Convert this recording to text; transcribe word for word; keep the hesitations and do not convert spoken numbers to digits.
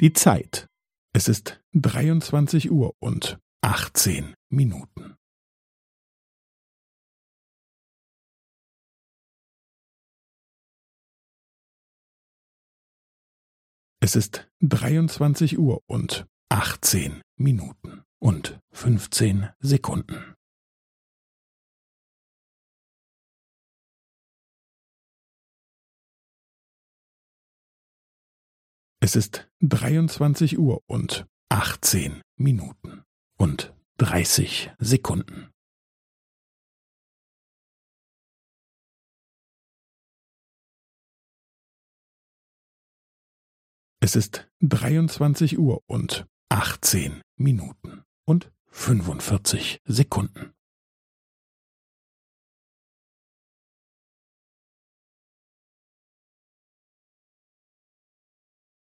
Die Zeit. Es ist dreiundzwanzig Uhr und achtzehn Minuten. Es ist dreiundzwanzig Uhr und achtzehn Minuten und fünfzehn Sekunden. Es ist dreiundzwanzig Uhr und achtzehn Minuten und dreißig Sekunden. Es ist dreiundzwanzig Uhr und achtzehn Minuten und fünfundvierzig Sekunden.